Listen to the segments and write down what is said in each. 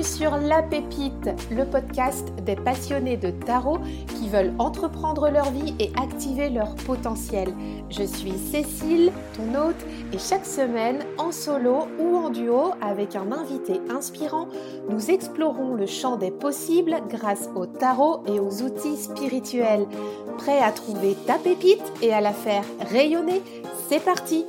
sur La Pépite, le podcast des passionnés de tarot qui veulent entreprendre leur vie et activer leur potentiel. Je suis Cécile, ton hôte, et chaque semaine, en solo ou en duo avec un invité inspirant, nous explorons le champ des possibles grâce au tarot et aux outils spirituels. Prêt à trouver ta pépite et à la faire rayonner? C'est parti!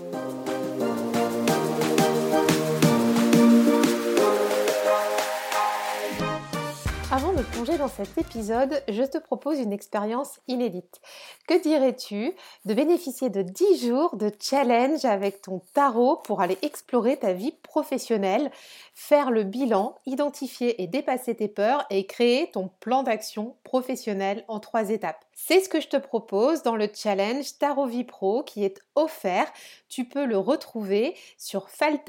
Avant de plonger dans cet épisode, je te propose une expérience inédite. Que dirais-tu de bénéficier de 10 jours de challenge avec ton tarot pour aller explorer ta vie professionnelle, faire le bilan, identifier et dépasser tes peurs et créer ton plan d'action professionnel en 3 étapes. C'est ce que je te propose dans le challenge Tarot Vie Pro qui est offert. Tu peux le retrouver sur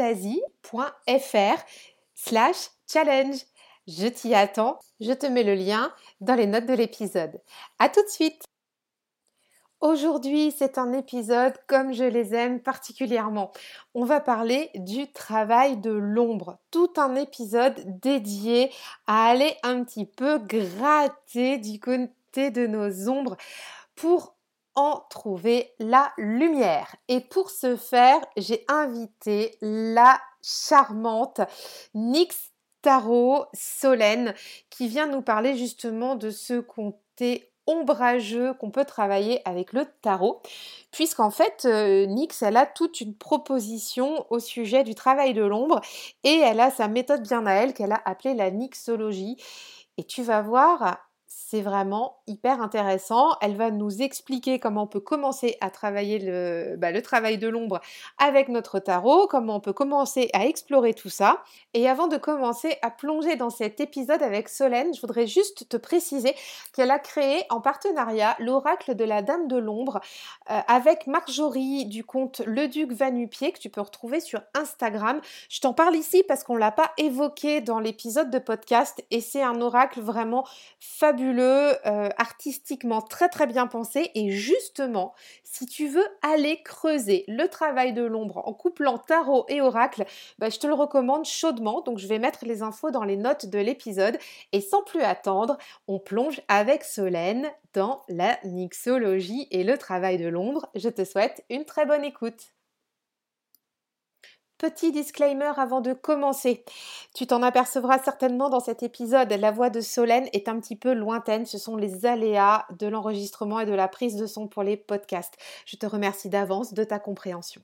faltasi.fr/challenge. Je t'y attends, je te mets le lien dans les notes de l'épisode. À tout de suite! Aujourd'hui, c'est un épisode comme je les aime particulièrement. On va parler du travail de l'ombre. Tout un épisode dédié à aller un petit peu gratter du côté de nos ombres pour en trouver la lumière. Et pour ce faire, j'ai invité la charmante Nyx Tarot Solène qui vient nous parler justement de ce côté ombrageux qu'on peut travailler avec le tarot, puisqu'en fait Nyx elle a toute une proposition au sujet du travail de l'ombre et elle a sa méthode bien à elle qu'elle a appelée la Nyxologie, et tu vas voir, c'est vraiment hyper intéressant. Elle va nous expliquer comment on peut commencer à travailler le travail de l'ombre avec notre tarot, comment on peut commencer à explorer tout ça. Et avant de commencer à plonger dans cet épisode avec Solène, je voudrais juste te préciser qu'elle a créé en partenariat l'oracle de la Dame de l'Ombre avec Marjorie du compte Le Duc Va-Nu-Pieds que tu peux retrouver sur Instagram. Je t'en parle ici parce qu'on ne l'a pas évoqué dans l'épisode de podcast et c'est un oracle vraiment fabuleux, artistiquement très très bien pensé, et justement si tu veux aller creuser le travail de l'ombre en couplant tarot et oracle, je te le recommande chaudement. Donc je vais mettre les infos dans les notes de l'épisode et sans plus attendre, on plonge avec Solène dans la Nyxologie et le travail de l'ombre. Je te souhaite une très bonne écoute. Petit disclaimer avant de commencer, tu t'en apercevras certainement dans cet épisode, la voix de Solène est un petit peu lointaine, ce sont les aléas de l'enregistrement et de la prise de son pour les podcasts. Je te remercie d'avance de ta compréhension.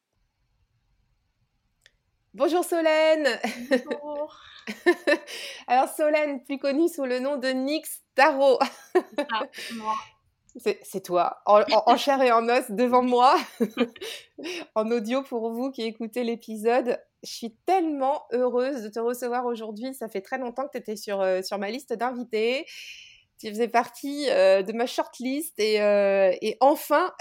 Bonjour Solène. Bonjour. Alors Solène, plus connue sous le nom de Nyx Tarot. Ah, moi. C'est toi, en chair et en os devant moi, en audio pour vous qui écoutez l'épisode. Je suis tellement heureuse de te recevoir aujourd'hui. Ça fait très longtemps que tu étais sur ma liste d'invités. Tu faisais partie de ma shortlist et enfin,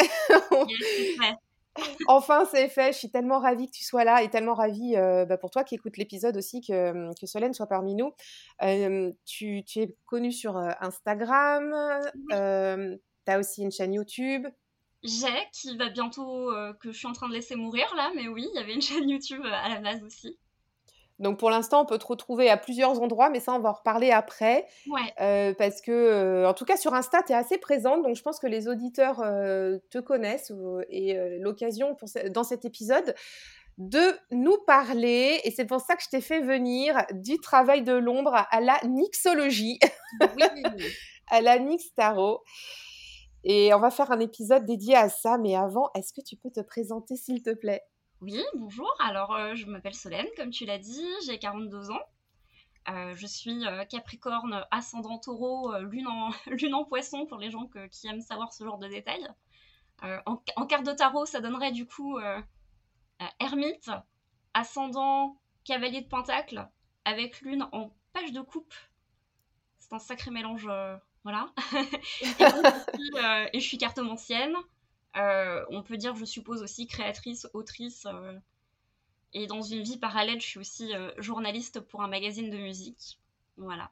enfin c'est fait. Je suis tellement ravie que tu sois là et tellement ravie pour toi qui écoutes l'épisode aussi que Solène soit parmi nous. Tu es connue sur Instagram. Oui. Tu as aussi une chaîne YouTube. Qui va bientôt, que je suis en train de laisser mourir là, mais oui, il y avait une chaîne YouTube à la base aussi. Donc pour l'instant, on peut te retrouver à plusieurs endroits, mais ça, on va en reparler après. Ouais. Parce que, en tout cas, sur Insta, tu es assez présente, donc je pense que les auditeurs te connaissent. Et l'occasion dans cet épisode de nous parler, et c'est pour ça que je t'ai fait venir, du travail de l'ombre à la Nyxologie, Oui. à la Nyx Tarot. Et on va faire un épisode dédié à ça, mais avant, est-ce que tu peux te présenter, s'il te plaît? Oui, bonjour. Alors, je m'appelle Solène, comme tu l'as dit, j'ai 42 ans. Je suis Capricorne, ascendant Taureau, lune en Poisson pour les gens qui aiment savoir ce genre de détails. En carte de tarot, ça donnerait du coup Ermite, ascendant Cavalier de Pentacle, avec lune en page de coupe. C'est un sacré mélange, voilà. Et je suis cartomancienne. On peut dire, je suppose, aussi créatrice, autrice. Et dans une vie parallèle, je suis aussi journaliste pour un magazine de musique. Voilà.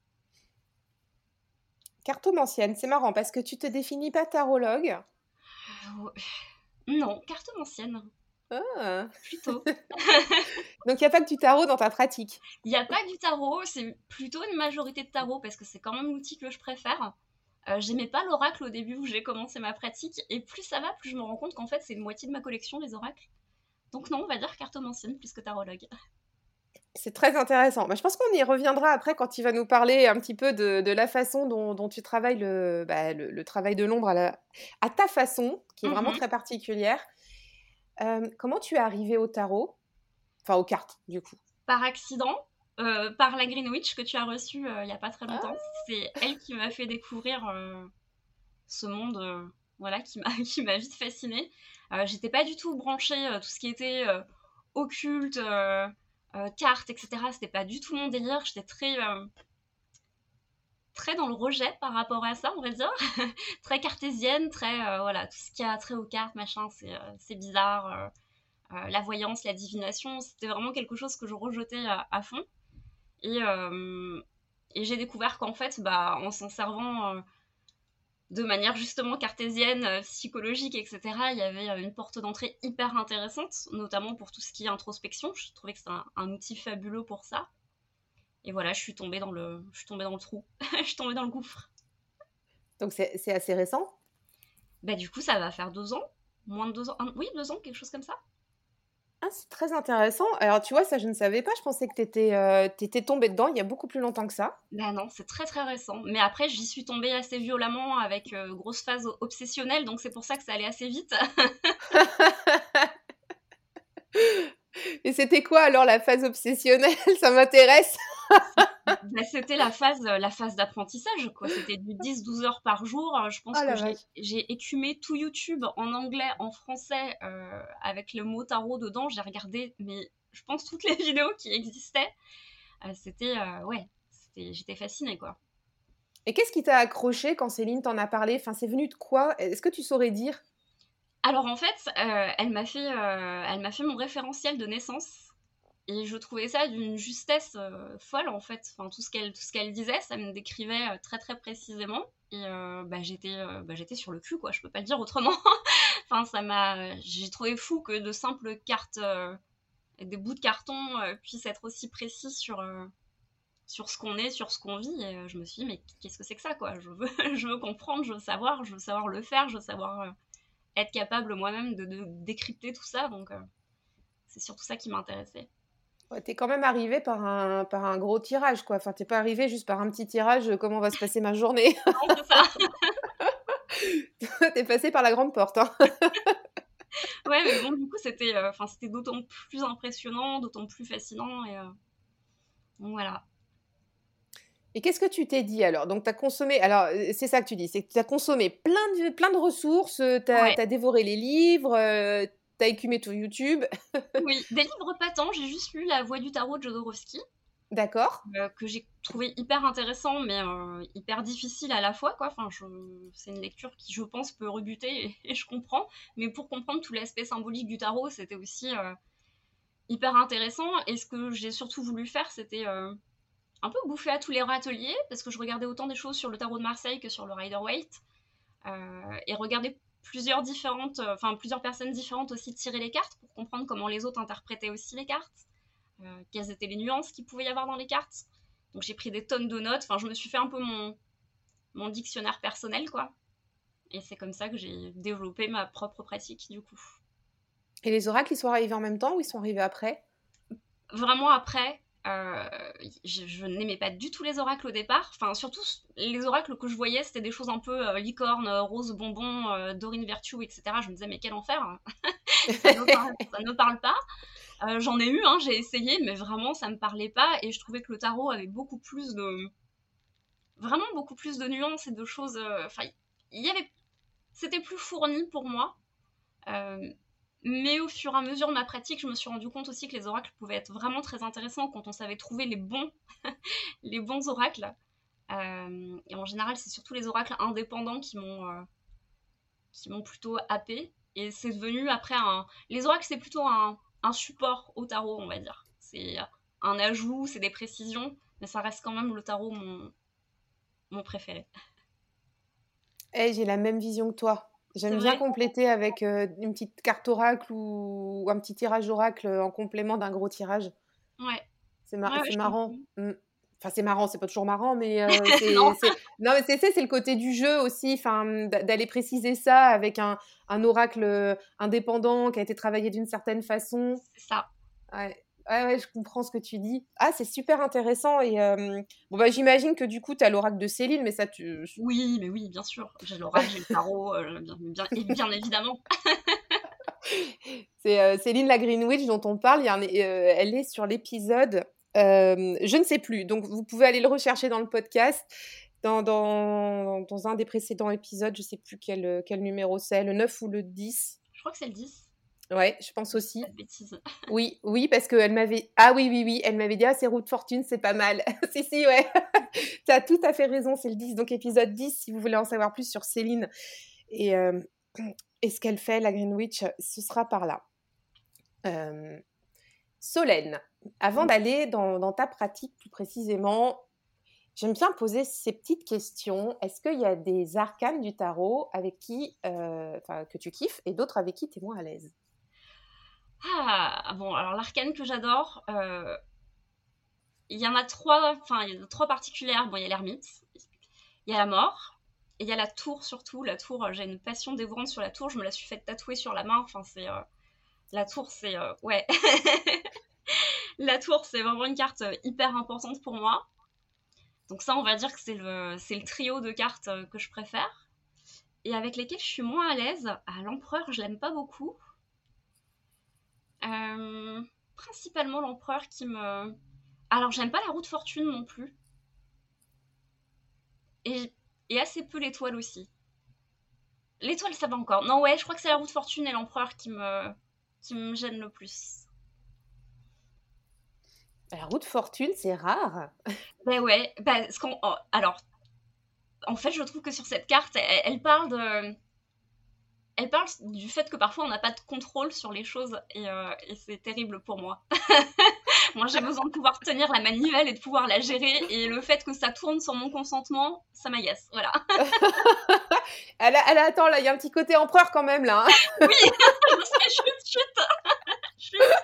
Cartomancienne, c'est marrant parce que tu te définis pas tarologue. Non, cartomancienne. Ah. Plutôt. Donc il y a pas que du tarot dans ta pratique? Il n'y a pas du tarot, c'est plutôt une majorité de tarot parce que c'est quand même l'outil que je préfère. J'aimais pas l'oracle au début où j'ai commencé ma pratique, et plus ça va, plus je me rends compte qu'en fait c'est une moitié de ma collection, les oracles. Donc non, on va dire cartomancienne plus que tarologue. C'est très intéressant. Bah, je pense qu'on y reviendra après quand tu vas nous parler un petit peu de la façon dont tu travailles le travail de l'ombre à ta façon, qui est vraiment Mhm. très particulière. Comment tu es arrivée au tarot? Enfin, aux cartes, du coup. Par accident, par la Greenwich que tu as reçue il y a pas très Ah! longtemps. C'est elle qui m'a fait découvrir ce monde, voilà, qui m'a qui m'a vite fascinée. J'étais pas du tout branchée tout ce qui était occulte, cartes, etc. C'était pas du tout mon délire. J'étais très dans le rejet par rapport à ça, on va dire. Très cartésienne, très voilà, tout ce qui a trait aux cartes, machin, c'est bizarre. La voyance, la divination, c'était vraiment quelque chose que je rejetais à fond. Et, euh, et j'ai découvert qu'en fait, bah, en s'en servant de manière justement cartésienne, psychologique, etc., il y avait une porte d'entrée hyper intéressante, notamment pour tout ce qui est introspection. Je trouvais que c'est un outil fabuleux pour ça. Et voilà, je suis tombée dans le trou, je suis tombée dans le gouffre. Donc c'est assez récent? Bah du coup, ça va faire 2 ans, moins de 2 ans, oui, 2 ans, quelque chose comme ça. Ah, c'est très intéressant. Alors tu vois, ça je ne savais pas, je pensais que tu étais tombée dedans il y a beaucoup plus longtemps que ça. Bah non, c'est très très récent. Mais après, j'y suis tombée assez violemment avec grosse phase obsessionnelle, donc c'est pour ça que ça allait assez vite. Et c'était quoi alors la phase obsessionnelle? Ça m'intéresse. Bah, c'était la phase d'apprentissage, quoi. C'était du 10-12 heures par jour. Je pense Oh que la vache. j'ai écumé tout YouTube en anglais, en français, avec le mot tarot dedans. J'ai regardé, mais je pense toutes les vidéos qui existaient. Ouais, j'étais fascinée, quoi. Et qu'est-ce qui t'a accroché quand Céline t'en a parlé? Enfin, c'est venu de quoi? Est-ce que tu saurais dire? Alors en fait, elle m'a fait mon référentiel de naissance. Et je trouvais ça d'une justesse folle en fait. Enfin, tout ce qu'elle disait, ça me décrivait très très précisément. Et j'étais sur le cul, quoi. Je peux pas le dire autrement. Enfin, j'ai trouvé fou que de simples cartes, des bouts de carton puissent être aussi précis sur ce qu'on est, sur ce qu'on vit. Et je me suis dit, mais qu'est-ce que c'est que ça, quoi. Je veux, je veux comprendre, je veux savoir le faire, je veux savoir être capable moi-même de décrypter tout ça. Donc, c'est surtout ça qui m'intéressait. Ouais, tu quand même arrivé par un gros tirage, quoi. Enfin, t'es pas arrivé juste par un petit tirage, comment va se passer ma journée? Non, c'est ça. T'es passé par la grande porte, hein. Ouais, mais bon, du coup, c'était d'autant plus impressionnant, d'autant plus fascinant. Donc voilà. Et qu'est-ce que tu t'es dit alors? Donc tu as consommé alors, c'est ça que tu dis, c'est que tu as consommé plein de ressources, tu as Ouais. dévoré les livres, tu as écumé tout YouTube. Oui, des livres pas tant. J'ai juste lu La Voix du tarot de Jodorowsky, D'accord. que j'ai trouvé hyper intéressant, mais hyper difficile à la fois, quoi. Enfin, c'est une lecture qui, je pense, peut rebuter, et je comprends. Mais pour comprendre tout l'aspect symbolique du tarot, c'était aussi hyper intéressant. Et ce que j'ai surtout voulu faire, c'était un peu bouffer à tous les râteliers, parce que je regardais autant des choses sur le tarot de Marseille que sur le Rider-Waite. Et regarder plusieurs personnes différentes aussi tirer les cartes pour comprendre comment les autres interprétaient aussi les cartes, quelles étaient les nuances qu'il pouvait y avoir dans les cartes. Donc j'ai pris des tonnes de notes, enfin je me suis fait un peu mon dictionnaire personnel, quoi. Et c'est comme ça que j'ai développé ma propre pratique, du coup. Et les oracles, ils sont arrivés en même temps ou ils sont arrivés après? Vraiment après, je n'aimais pas du tout les oracles au départ. Enfin, surtout les oracles que je voyais, c'était des choses un peu licorne, rose bonbon, Dorine Virtue, etc. Je me disais, mais quel enfer, hein. Ça ne me parle pas. J'en ai eu, hein, j'ai essayé, mais vraiment, ça me parlait pas. Et je trouvais que le tarot avait vraiment beaucoup plus de nuances et de choses. Enfin, il y avait, c'était plus fourni pour moi. Euh, mais au fur et à mesure de ma pratique, je me suis rendu compte aussi que les oracles pouvaient être vraiment très intéressants quand on savait trouver les bons oracles. Et en général, c'est surtout les oracles indépendants qui m'ont plutôt happé. Et c'est devenu après les oracles, c'est plutôt un support au tarot, on va dire. C'est un ajout, c'est des précisions, mais ça reste quand même le tarot mon préféré. Eh, j'ai la même vision que toi. C'est J'aime bien vrai? compléter avec, une petite carte oracle ou un petit tirage oracle, en complément d'un gros tirage. Ouais. Ouais, ouais, C'est je marrant. comprends. Mmh. Enfin, c'est marrant, c'est pas toujours marrant, mais Non, c'est non, mais c'est le côté du jeu aussi, enfin, d'aller préciser ça avec un oracle, indépendant qui a été travaillé d'une certaine façon. c'est ça. Ouais. Ouais, ouais, je comprends ce que tu dis. Ah, c'est super intéressant et bon, bah, j'imagine que du coup, tu as l'oracle de Céline, mais ça tu Oui, mais oui, bien sûr. J'ai l'oracle, j'ai le tarot, bien évidemment. c'est, Céline la Green Witch dont on parle, il y a elle est sur l'épisode, je ne sais plus, donc vous pouvez aller le rechercher dans le podcast, dans un des précédents épisodes, je sais plus quel numéro c'est, le 9 ou le 10. Je crois que c'est le 10, Ouais, je pense si je dis pas aussi. de bêtises. Oui, oui, parce qu'elle m'avait ah oui, oui, oui, elle m'avait dit: «Ah, c'est roue de fortune, c'est pas mal». Si, si, ouais. Tu as tout à fait raison, c'est le 10, donc épisode 10 si vous voulez en savoir plus sur Céline et et ce qu'elle fait, la Green Witch, ce sera par là. Hem, Solène, avant Mmh. d'aller dans ta pratique plus précisément, j'aime bien poser ces petites questions. Est-ce qu'il y a des arcanes du tarot avec qui, enfin, que tu kiffes et d'autres avec qui tu es moins à l'aise? Ah! Bon, alors l'arcane que j'adore, il y en a 3. Enfin, il y en a 3 particulières. Bon, il y a l'ermite, il y a la mort et il y a la tour surtout. La tour, j'ai une passion dévorante sur la tour, je me la suis faite tatouer sur la main. Enfin, la tour, ouais. La tour, c'est vraiment une carte, hyper importante pour moi. Donc ça, on va dire que c'est le trio de cartes, que je préfère. Et avec lesquelles je suis moins à l'aise, l'empereur, je l'aime pas beaucoup. Principalement l'empereur qui me... Alors, j'aime pas la roue de fortune non plus. Et, et assez peu l'étoile aussi. L'étoile, ça va encore. Non, ouais, je crois que c'est la roue de fortune et l'empereur qui me gêne le plus. La roue de fortune, c'est rare. Ben ouais, alors, en fait, je trouve que sur cette carte, elle parle du fait que parfois on n'a pas de contrôle sur les choses et c'est terrible pour moi. Moi, j'ai besoin de pouvoir tenir la manivelle et de pouvoir la gérer et le fait que ça tourne sans mon consentement, ça m'agace. Voilà. Attends, là, il y a un petit côté empereur quand même, là, hein. Oui, je sais, chut, chut, chut.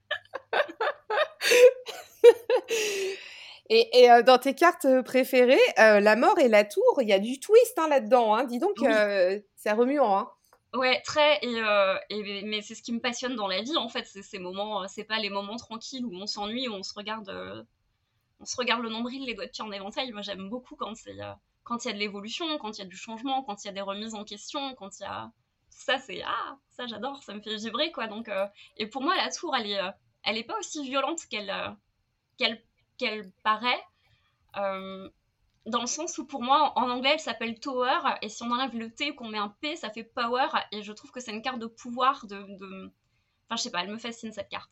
Dans tes cartes préférées, la mort et la tour, il y a du twist hein, là-dedans. Hein. Dis donc, Oui, c'est remuant. Hein. ouais, très. Mais c'est ce qui me passionne dans la vie, en fait. C'est ces moments, c'est pas les moments tranquilles où on s'ennuie, où on se regarde le nombril, les doigts de pied en éventail. Moi, j'aime beaucoup quand il y a de l'évolution, quand il y a du changement, quand il y a des remises en question, quand il y a ça, ça j'adore, ça me fait vibrer quoi. Donc et pour moi, la tour, elle est pas aussi violente qu'elle qu'elle paraît. euh, Dans le sens où pour moi, en anglais, elle s'appelle Tower, et si on enlève le T et qu'on met un P, ça fait Power, et je trouve que c'est une carte de pouvoir, Enfin, je sais pas, elle me fascine cette carte.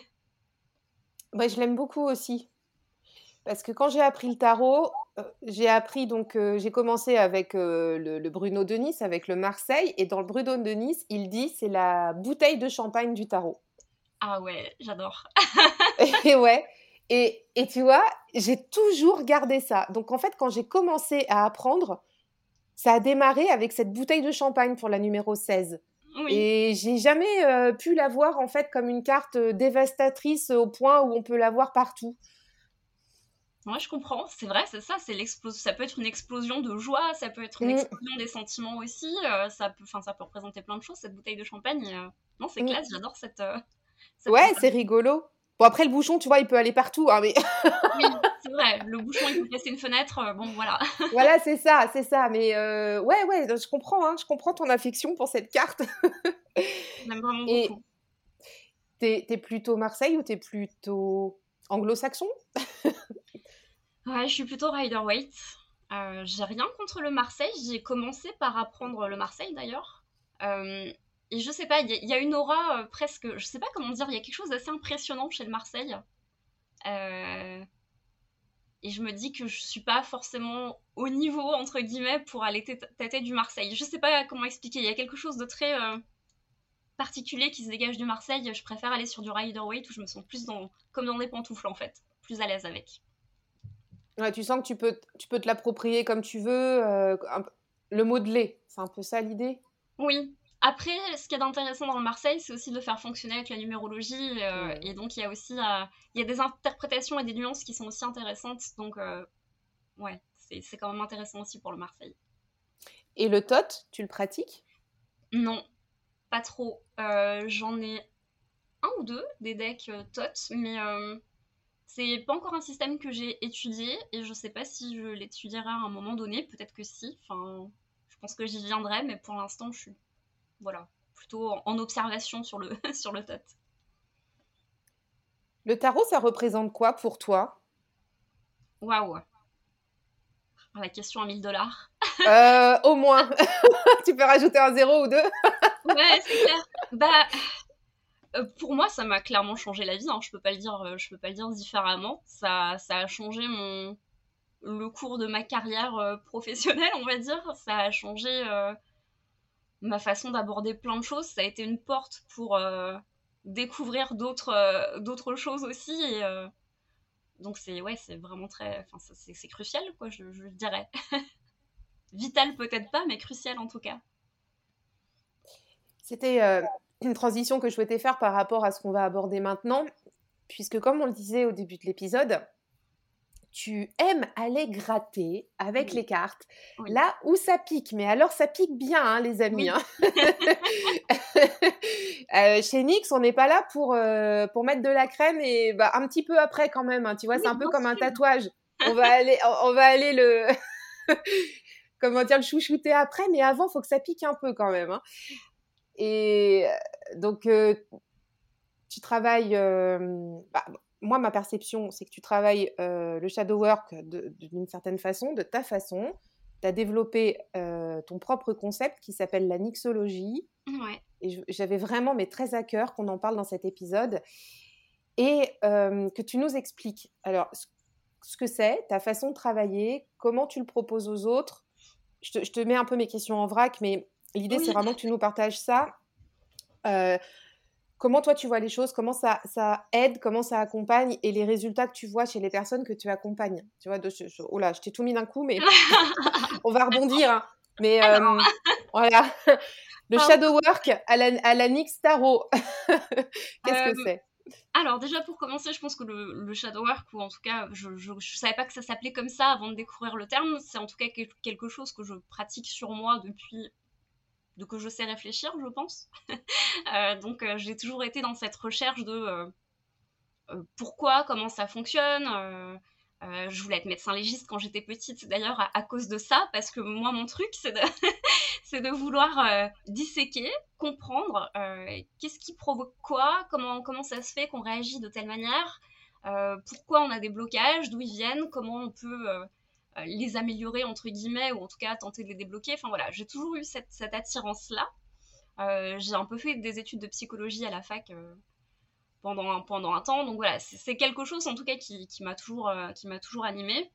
Ouais, je l'aime beaucoup aussi. Parce que quand j'ai appris le tarot, j'ai appris donc, j'ai commencé avec le Bruno de Nice, avec le Marseille. Et dans le Bruno de Nice, il dit c'est la bouteille de champagne du tarot. Ah ouais, j'adore. Et ouais. Et tu vois, j'ai toujours gardé ça. Donc en fait, quand j'ai commencé à apprendre, ça a démarré avec cette bouteille de champagne pour la numéro 16. Oui, Et j'ai jamais pu la voir en fait comme une carte dévastatrice au point où on peut la voir partout. moi je comprends, c'est vrai, c'est ça, ça peut être une explosion de joie, ça peut être une Mm, explosion des sentiments aussi, ça peut représenter plein de choses, cette bouteille de champagne. Non, c'est mm. classe, j'adore cette Ouais, c'est métaphore. rigolo. Bon, après, le bouchon, tu vois, il peut aller partout. Hein, mais Oui, c'est vrai, le bouchon, il peut casser une fenêtre, bon voilà. voilà, c'est ça, c'est ça. Mais ouais, ouais, je comprends, hein, je comprends ton affection pour cette carte. J'aime vraiment Et beaucoup. t'es plutôt Marseille ou t'es plutôt anglo-saxon? Ouais, je suis plutôt Rider-Waite. J'ai rien contre le Marseille. J'ai commencé par apprendre le Marseille d'ailleurs. Euh, et je sais pas, il y a une aura presque, je sais pas comment dire, il y a quelque chose d'assez impressionnant chez le Marseille. Euh, et je me dis que je suis pas forcément au niveau, entre guillemets, pour aller tâter du Marseille. Je sais pas comment expliquer, il y a quelque chose de très particulier qui se dégage du Marseille. Je préfère aller sur du Rider-Waite où je me sens plus comme dans des pantoufles en fait, plus à l'aise avec. Ouais, tu sens que tu peux te l'approprier comme tu veux, le modeler. C'est un peu ça l'idée? Oui. Après, ce qui est intéressant dans le Marseille, c'est aussi de le faire fonctionner avec la numérologie. Et donc, il y a aussi il y a des interprétations et des nuances qui sont aussi intéressantes. Donc, ouais, c'est quand même intéressant aussi pour le Marseille. Et le tot, tu le pratiques? Non, pas trop. J'en ai un ou deux des decks TOT, mais c'est pas encore un système que j'ai étudié et je sais pas si je l'étudierai à un moment donné. Peut-être que si. Enfin, je pense que j'y viendrai, mais pour l'instant, je suis voilà, plutôt en observation sur le, sur le TOT. Le tarot, ça représente quoi pour toi? Waouh, la question à 1000 $. Au moins. Tu peux rajouter un zéro ou deux. Ouais, c'est clair. Bah, pour moi, ça m'a clairement changé la vie. Hein. Je peux pas le dire différemment. Ça a changé le cours de ma carrière professionnelle, on va dire. Ça a changé ma façon d'aborder plein de choses. Ça a été une porte pour découvrir d'autres choses aussi. Et donc c'est ouais, c'est vraiment très, enfin c'est crucial quoi, je dirais. Vital peut-être pas, mais crucial en tout cas. C'était une transition que je souhaitais faire par rapport à ce qu'on va aborder maintenant, puisque comme on le disait au début de l'épisode, tu aimes aller gratter avec les Oui, cartes, oui, là où ça pique. Mais alors, ça pique bien, hein, les amis. oui. Hein. Chez Nix, on n'est pas là pour mettre de la crème et bah, un petit peu après quand même. Hein, tu vois, Oui, c'est un peu bien comme un sûr. tatouage. On va aller le, comment dire, le chouchouter après, mais avant, il faut que ça pique un peu quand même. Hein. Et donc, tu travailles. Bah, moi, ma perception, c'est que tu travailles le shadow work d'une certaine façon, de ta façon. Tu as développé ton propre concept qui s'appelle la nixologie. Ouais. Et j'avais vraiment, mais très à cœur, qu'on en parle dans cet épisode. Et que tu nous expliques alors ce que c'est, ta façon de travailler, comment tu le proposes aux autres. Je te mets un peu mes questions en vrac, mais l'idée, c'est Oui. vraiment que tu nous partages ça. Euh, Comment toi tu vois les choses, comment ça aide, comment ça accompagne et les résultats que tu vois chez les personnes que tu accompagnes. Tu vois, oh là, je t'ai tout mis d'un coup, mais on va rebondir. Hein. Mais Alors, voilà, le pardon. shadow work à la Nix Tarot, qu'est-ce que Euh, c'est? alors déjà pour commencer, je pense que le shadow work, ou en tout cas, je savais pas que ça s'appelait comme ça avant de découvrir le terme. C'est en tout cas quelque chose que je pratique sur moi depuis que je sais réfléchir, je pense. Donc j'ai toujours été dans cette recherche de pourquoi, comment ça fonctionne. Je voulais être médecin légiste quand j'étais petite, d'ailleurs à cause de ça, parce que moi mon truc c'est de, c'est de vouloir disséquer, comprendre qu'est-ce qui provoque quoi, comment ça se fait qu'on réagit de telle manière, pourquoi on a des blocages, d'où ils viennent, comment on peut les améliorer entre guillemets, ou en tout cas tenter de les débloquer. Enfin voilà, j'ai toujours eu cette attirance-là. J'ai un peu fait des études de psychologie à la fac pendant un temps. Donc voilà, c'est quelque chose en tout cas qui m'a toujours animée.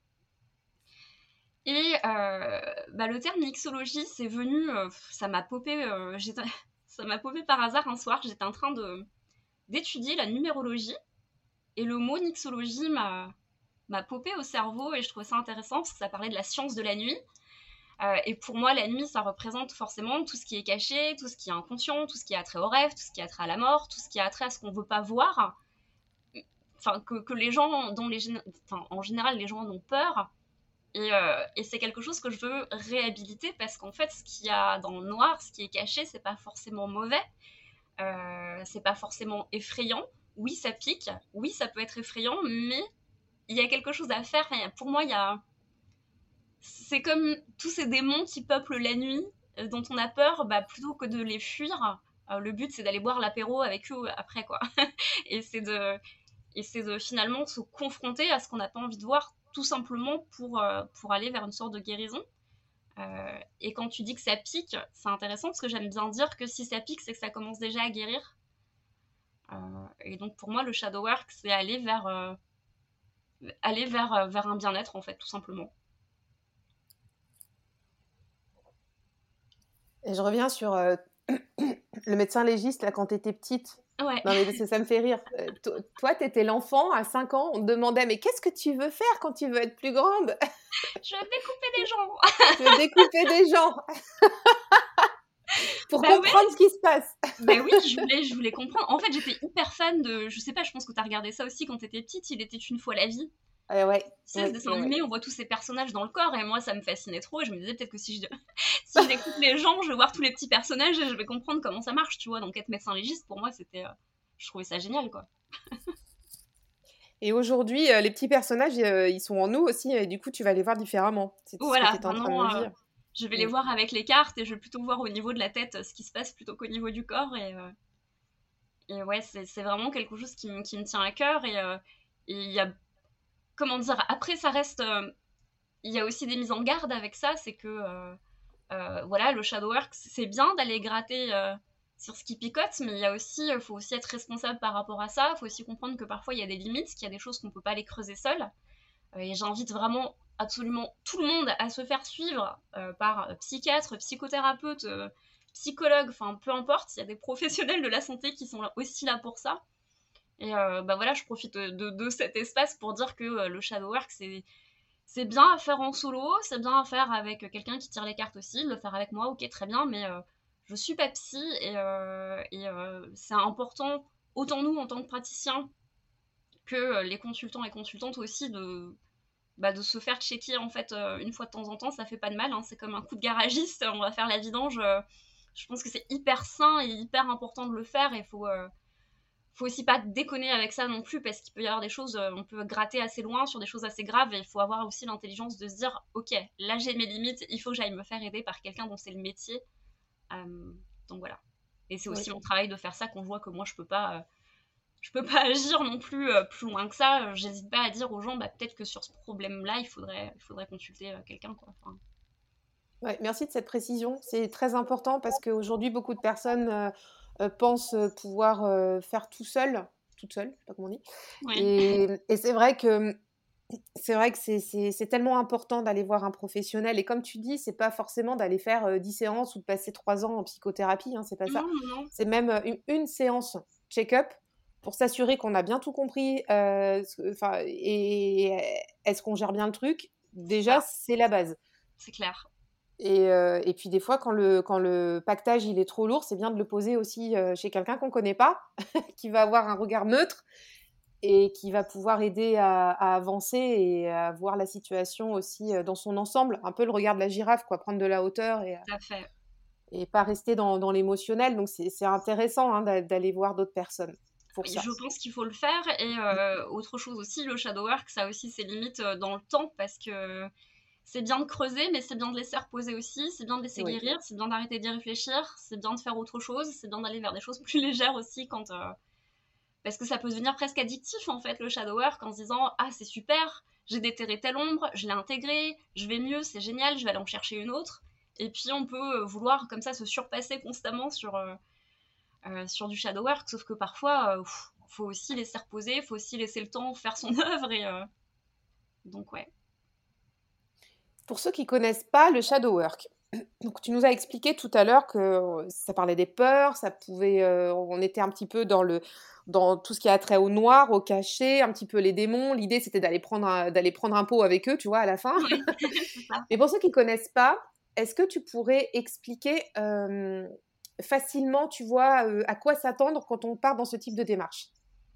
Et bah, le terme mixologie, c'est venu, ça m'a popé, ça m'a popé par hasard un soir. J'étais en train d'étudier la numérologie et le mot mixologie m'a popé au cerveau et je trouvais ça intéressant parce que ça parlait de la science de la nuit. Et pour moi, la nuit, ça représente forcément tout ce qui est caché, tout ce qui est inconscient, tout ce qui a trait au rêve, tout ce qui a trait à la mort, tout ce qui a trait à ce qu'on ne veut pas voir. Enfin, que les gens, enfin, en général, les gens ont peur. Et c'est quelque chose que je veux réhabiliter parce qu'en fait, ce qu'il y a dans le noir, ce qui est caché, c'est pas forcément mauvais, c'est pas forcément effrayant. Oui, ça pique, oui, ça peut être effrayant, mais il y a quelque chose à faire. Enfin, pour moi, c'est comme tous ces démons qui peuplent la nuit, dont on a peur, bah, plutôt que de les fuir. Le but, c'est d'aller boire l'apéro avec eux après, quoi. et c'est de, et c'est de finalement se confronter à ce qu'on n'a pas envie de voir, tout simplement pour aller vers une sorte de guérison. Et quand tu dis que ça pique, c'est intéressant parce que j'aime bien dire que si ça pique, c'est que ça commence déjà à guérir. Et donc pour moi, le shadow work, c'est aller vers un bien-être, en fait, tout simplement. Et je reviens sur le médecin légiste là quand tu étais petite. Ouais, Non mais parce que ça me fait rire. Toi, tu étais l'enfant à 5 ans, on te demandait mais qu'est-ce que tu veux faire quand tu veux être plus grande? je vais découper des gens. Tu veux découper des gens. pour Bah ouais, comprendre ce qui se passe. bah oui, je voulais comprendre. En fait, j'étais hyper fan de, je sais pas, je pense que t'as regardé ça aussi quand t'étais petite, Il était une fois la vie. Ouais, Tu sais, ce ouais, dessin ouais, ouais. animé, on voit tous ces personnages dans le corps, et moi, ça me fascinait trop, et je me disais peut-être que si je, si j'écoute les gens, je vais voir tous les petits personnages, et je vais comprendre comment ça marche, tu vois. Donc être médecin légiste, pour moi, c'était, je trouvais ça génial, quoi. Et aujourd'hui, les petits personnages, ils sont en nous aussi, et du coup, tu vas les voir différemment. C'est ce que tu Voilà, étais en train de me maintenant, dire. je vais les Mm. voir avec les cartes, et je vais plutôt voir au niveau de la tête ce qui se passe plutôt qu'au niveau du corps, et ouais, c'est vraiment quelque chose qui me tient à cœur, et il y a, comment dire, après, ça reste, il y a aussi des mises en garde avec ça, c'est que voilà, le shadow work, c'est bien d'aller gratter sur ce qui picote, mais il y a aussi, faut aussi être responsable par rapport à ça. Il faut aussi comprendre que parfois il y a des limites, qu'il y a des choses qu'on peut pas aller creuser seul. Et j'invite vraiment absolument tout le monde à se faire suivre par psychiatre, psychothérapeute, psychologue, enfin peu importe. Il y a des professionnels de la santé qui sont aussi là pour ça. Et bah voilà, je profite de cet espace pour dire que le shadow work, c'est bien à faire en solo, c'est bien à faire avec quelqu'un qui tire les cartes aussi, le faire avec moi, ok, très bien, mais je suis pas psy c'est important, autant nous en tant que praticiens que les consultants et consultantes aussi, de se faire checker en fait une fois de temps en temps, ça fait pas de mal, hein, c'est comme un coup de garagiste, on va faire la vidange. Je pense que c'est hyper sain et hyper important de le faire, et faut aussi pas déconner avec ça non plus, parce qu'il peut y avoir des choses, on peut gratter assez loin sur des choses assez graves, et il faut avoir aussi l'intelligence de se dire ok, là j'ai mes limites, il faut que j'aille me faire aider par quelqu'un dont c'est le métier. Donc voilà, et c'est Oui. aussi mon travail de faire ça, qu'on voit que moi je peux pas agir non plus plus loin que ça. J'hésite pas à dire aux gens, bah, peut-être que sur ce problème là il faudrait consulter quelqu'un, quoi. Enfin, Ouais, merci de cette précision. C'est très important parce qu'aujourd'hui, beaucoup de personnes pensent pouvoir faire toute seule, je sais pas comment on dit. ouais. Et c'est vrai que c'est tellement important d'aller voir un professionnel. Et comme tu dis, c'est pas forcément d'aller faire 10 séances ou de passer 3 ans en psychothérapie, hein, c'est pas ça. Non, non, non, C'est même une séance check-up pour s'assurer qu'on a bien tout compris, enfin, et est-ce qu'on gère bien le truc. c'est Déjà, ça, c'est la base. c'est clair. Et puis des fois, quand le pactage il est trop lourd, c'est bien de le poser aussi chez quelqu'un qu'on connaît pas, qui va avoir un regard neutre et qui va pouvoir aider à avancer et à voir la situation aussi dans son ensemble, un peu le regard de la girafe, quoi, prendre de la hauteur Tout à fait. et pas rester dans l'émotionnel. Donc c'est intéressant hein, d'aller voir d'autres personnes pour Je ça. pense qu'il faut le faire, et autre chose aussi, le shadow work, ça a aussi ses limites dans le temps, parce que c'est bien de creuser, mais c'est bien de laisser reposer aussi, c'est bien de laisser Oui, guérir, c'est bien d'arrêter d'y réfléchir, c'est bien de faire autre chose, c'est bien d'aller vers des choses plus légères aussi, parce que ça peut devenir presque addictif en fait, le shadow work, en se disant ah c'est super, j'ai déterré telle ombre, je l'ai intégrée, je vais mieux, c'est génial, je vais aller en chercher une autre. Et puis on peut vouloir comme ça se surpasser constamment sur du shadow work, sauf que parfois faut aussi laisser reposer, faut aussi laisser le temps faire son œuvre, donc ouais. pour ceux qui connaissent pas le shadow work, donc tu nous as expliqué tout à l'heure que ça parlait des peurs, ça pouvait, on était un petit peu dans tout ce qui a trait au noir, au cachet, un petit peu les démons. L'idée c'était d'aller prendre un pot avec eux, tu vois, à la fin. Ouais, c'est ça. Mais pour ceux qui connaissent pas, est-ce que tu pourrais expliquer facilement, tu vois, à quoi s'attendre quand on part dans ce type de démarche?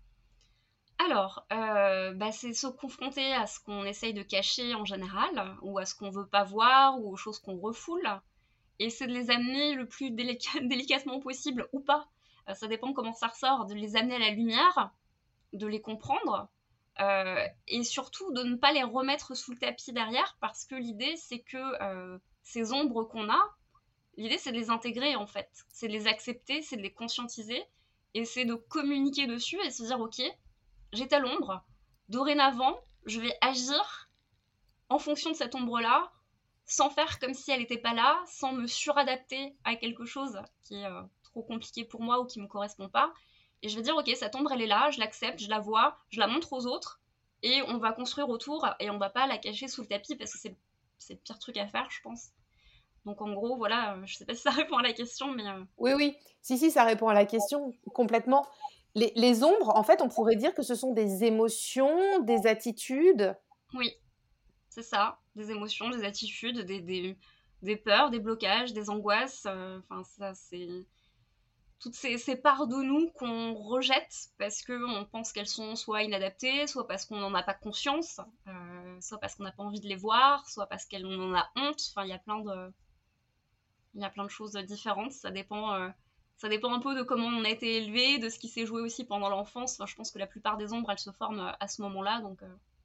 Alors, bah, c'est se confronter à ce qu'on essaye de cacher en général, ou à ce qu'on veut pas voir, ou aux choses qu'on refoule, et c'est de les amener le plus délicatement possible ou pas. Ça dépend comment ça ressort, de les amener à la lumière, de les comprendre, et surtout de ne pas les remettre sous le tapis derrière, parce que l'idée c'est que ces ombres qu'on a, l'idée c'est de les intégrer en fait, c'est de les accepter, c'est de les conscientiser, et c'est de communiquer dessus et se dire ok, j'ai telle ombre, dorénavant je vais agir en fonction de cette ombre-là, sans faire comme si elle n'était pas là, sans me suradapter à quelque chose qui est trop compliqué pour moi ou qui ne me correspond pas. Et je vais dire, ok, cette ombre, elle est là, je l'accepte, je la vois, je la montre aux autres, et on va construire autour, et on va pas la cacher sous le tapis, parce que c'est le pire truc à faire, je pense. Donc en gros, voilà, je sais pas si ça répond à la question, mais Oui, oui. Si, si, ça répond à la question complètement. Les ombres, en fait, on pourrait dire que ce sont des émotions, des attitudes. oui, c'est ça, des émotions, des attitudes, des peurs, des blocages, des angoisses. Enfin, ça, c'est toutes ces parts de nous qu'on rejette parce qu'on pense qu'elles sont soit inadaptées, soit parce qu'on n'en a pas conscience, soit parce qu'on n'a pas envie de les voir, soit parce qu'on en a honte. Enfin, il y a plein de choses différentes. Ça dépend un peu de comment on a été élevé, de ce qui s'est joué aussi pendant l'enfance. Enfin, je pense que la plupart des ombres, elles se forment à ce moment-là. Donc,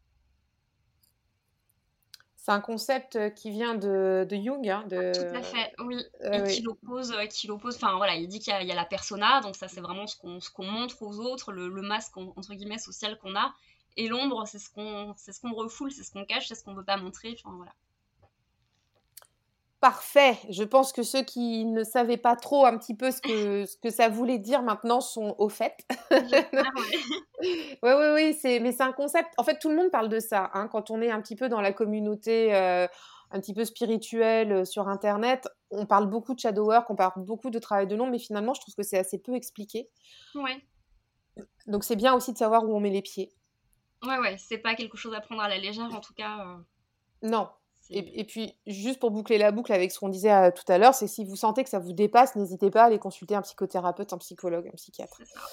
C'est un concept qui vient de Jung, hein, tout à fait, oui. Et oui. qu'il oppose, enfin voilà, il dit il y a la persona, donc ça c'est vraiment ce qu'on montre aux autres, le masque entre guillemets social qu'on a, et l'ombre c'est ce qu'on refoule, c'est ce qu'on cache, c'est ce qu'on veut pas montrer, enfin voilà. Parfait. Je pense que ceux qui ne savaient pas trop un petit peu ce que ça voulait dire maintenant sont au fait. J'espère, ouais. Oui, oui, oui, mais c'est un concept. En fait, tout le monde parle de ça, hein, quand on est un petit peu dans la communauté un petit peu spirituelle sur Internet. On parle beaucoup de shadow work, on parle beaucoup de travail de l'ombre, mais finalement, je trouve que c'est assez peu expliqué. Ouais, Donc, c'est bien aussi de savoir où on met les pieds. ouais, ouais, c'est pas quelque chose à prendre à la légère, en tout cas, Non. c'est... Et puis, juste pour boucler la boucle avec ce qu'on disait tout à l'heure, c'est si vous sentez que ça vous dépasse, n'hésitez pas à aller consulter un psychothérapeute, un psychologue, un psychiatre. C'est ça.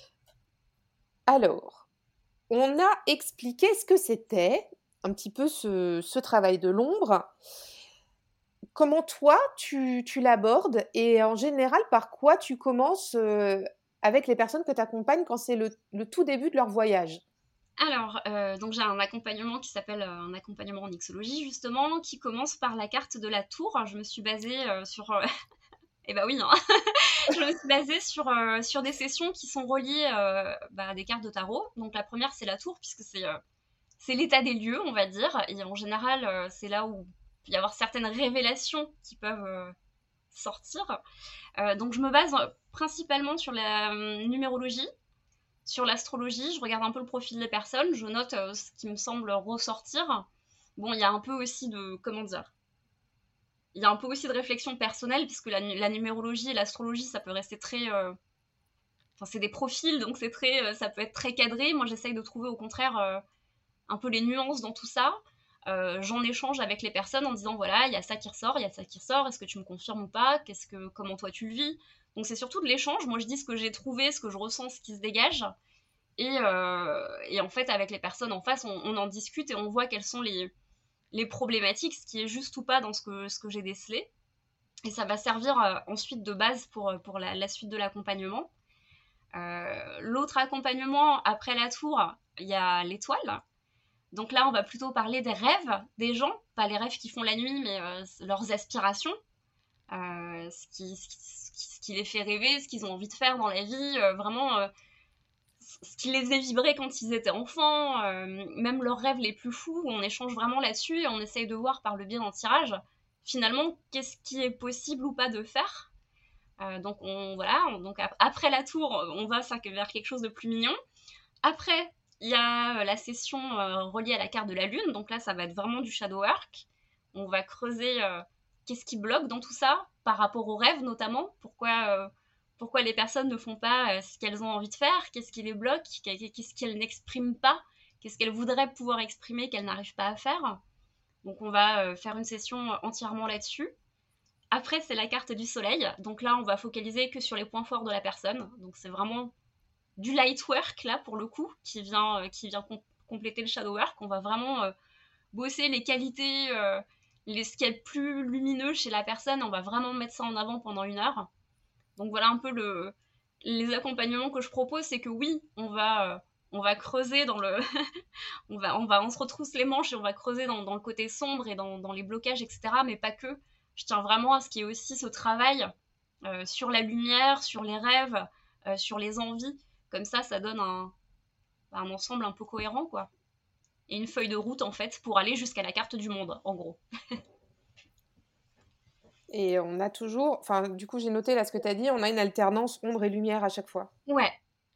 Alors, on a expliqué ce que c'était, un petit peu ce travail de l'ombre. Comment toi, tu l'abordes et en général, par quoi tu commences avec les personnes que tu accompagnes quand c'est le tout début de leur voyage? Alors, donc j'ai un accompagnement qui s'appelle un accompagnement en mixologie, justement, qui commence par la carte de la tour. Je me suis basée sur. Eh bah oui, hein. Je me suis basée sur des sessions qui sont reliées à des cartes de tarot. Donc la première, c'est la tour, puisque c'est l'état des lieux, on va dire. Et en général, c'est là où il peut y avoir certaines révélations qui peuvent sortir. Donc je me base principalement sur la numérologie, sur l'astrologie. Je regarde un peu le profil des personnes, je note ce qui me semble ressortir. Bon, il y a un peu aussi de, comment dire, il y a un peu aussi de réflexion personnelle, puisque la numérologie et l'astrologie, ça peut rester très enfin, c'est des profils, donc ça peut être très cadré. Moi, j'essaye de trouver au contraire un peu les nuances dans tout ça. J'en échange avec les personnes en disant voilà, il y a ça qui ressort, il y a ça qui ressort, est-ce que tu me confirmes ou pas, comment toi tu le vis. Donc c'est surtout de l'échange. Moi, je dis ce que j'ai trouvé, ce que je ressens, ce qui se dégage. Et en fait, avec les personnes en face, on en discute et on voit quelles sont les problématiques, ce qui est juste ou pas dans ce que j'ai décelé. Et ça va servir ensuite de base pour la suite de l'accompagnement. L'autre accompagnement, après la tour, il y a l'étoile. Donc là, on va plutôt parler des rêves des gens, pas les rêves qui font la nuit, mais leurs aspirations, ce qui les fait rêver, ce qu'ils ont envie de faire dans la vie, vraiment ce qui les faisait vibrer quand ils étaient enfants, même leurs rêves les plus fous, on échange vraiment là-dessus et on essaye de voir par le biais d'un tirage, finalement, qu'est-ce qui est possible ou pas de faire. Donc donc après la tour, on va vers quelque chose de plus mignon. Après, il y a la session reliée à la carte de la lune. Donc là, ça va être vraiment du shadow work. On va creuser qu'est-ce qui bloque dans tout ça par rapport aux rêves notamment. Pourquoi les personnes ne font pas ce qu'elles ont envie de faire, qu'est-ce qui les bloque, qu'est-ce qu'elles n'expriment pas, qu'est-ce qu'elles voudraient pouvoir exprimer qu'elles n'arrivent pas à faire. Donc on va faire une session entièrement là-dessus. Après, c'est la carte du soleil. Donc là, on va focaliser que sur les points forts de la personne. Donc c'est vraiment du light work là pour le coup qui vient compléter le shadow work. On va vraiment bosser les qualités, ce qui est le plus lumineux chez la personne. On va vraiment mettre ça en avant pendant 1 heure. Donc voilà un peu les accompagnements que je propose, c'est que oui, on va creuser dans le, on se retrousse les manches et on va creuser dans le côté sombre et dans les blocages, etc. Mais pas que. Je tiens vraiment à ce qu'il y ait aussi ce travail sur la lumière, sur les rêves, sur les envies. Comme ça donne un ensemble un peu cohérent, quoi. Et une feuille de route, en fait, pour aller jusqu'à la carte du monde, en gros. Et on a toujours, enfin, du coup, j'ai noté là ce que tu as dit, on a une alternance ombre et lumière à chaque fois. Ouais,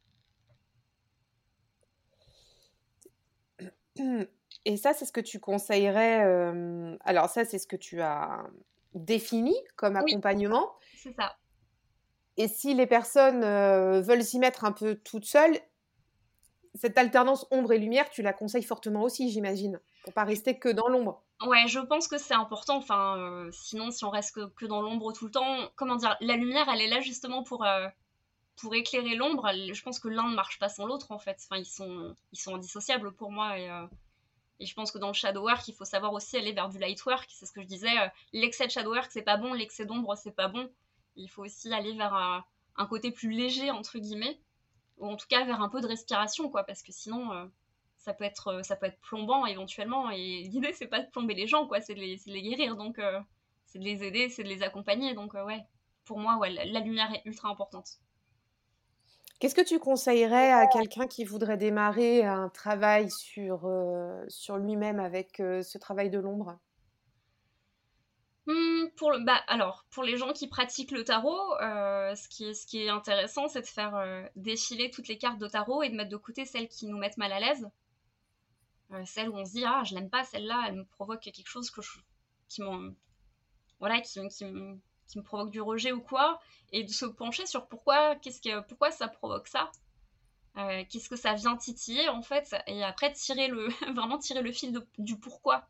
Et ça, c'est ce que tu conseillerais. Alors, ça, c'est ce que tu as défini comme oui, accompagnement. c'est ça. Et si les personnes veulent s'y mettre un peu toutes seules, cette alternance ombre et lumière, tu la conseilles fortement aussi, j'imagine, pour pas rester que dans l'ombre. Ouais, je pense que c'est important. Enfin, sinon, si on reste que dans l'ombre tout le temps, comment dire, la lumière, elle est là justement pour éclairer l'ombre. Je pense que l'un ne marche pas sans l'autre, en fait. Enfin, ils sont indissociables pour moi. Et je pense que dans le shadow work, il faut savoir aussi aller vers du light work. C'est ce que je disais. L'excès de shadow work, c'est pas bon. L'excès d'ombre, c'est pas bon. Il faut aussi aller vers un côté plus léger, entre guillemets. Ou en tout cas vers un peu de respiration, quoi. Parce que sinon, ça peut être plombant éventuellement. Et l'idée, c'est pas de plomber les gens, quoi. C'est de les guérir. Donc, c'est de les aider, c'est de les accompagner. Donc, ouais. Pour moi, ouais, la lumière est ultra importante. Qu'est-ce que tu conseillerais à quelqu'un qui voudrait démarrer un travail sur lui-même avec ce travail de l'ombre? Alors, pour les gens qui pratiquent le tarot, ce qui est intéressant, c'est de faire défiler toutes les cartes de tarot et de mettre de côté celles qui nous mettent mal à l'aise. Celles où on se dit, ah, je l'aime pas, celle-là, elle me provoque quelque chose qui m'en, voilà, qui me provoque du rejet ou quoi, et de se pencher sur pourquoi ça provoque ça. Qu'est-ce que ça vient titiller en fait, et après vraiment tirer le fil du pourquoi.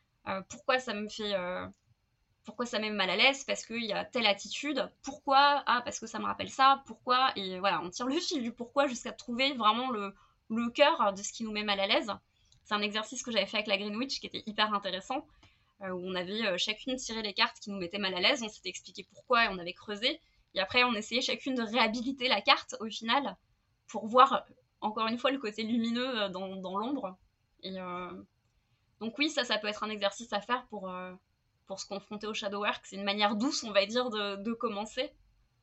Pourquoi ça met mal à l'aise, parce qu'il y a telle attitude, pourquoi, ah, parce que ça me rappelle ça, pourquoi, et voilà, on tire le fil du pourquoi jusqu'à trouver vraiment le cœur de ce qui nous met mal à l'aise. C'est un exercice que j'avais fait avec la Green Witch qui était hyper intéressant, où on avait chacune tiré les cartes qui nous mettaient mal à l'aise, on s'était expliqué pourquoi et on avait creusé, et après on essayait chacune de réhabiliter la carte au final, pour voir encore une fois le côté lumineux dans l'ombre. Et donc oui, ça peut être un exercice à faire pour se confronter au shadow work. C'est une manière douce, on va dire, de commencer.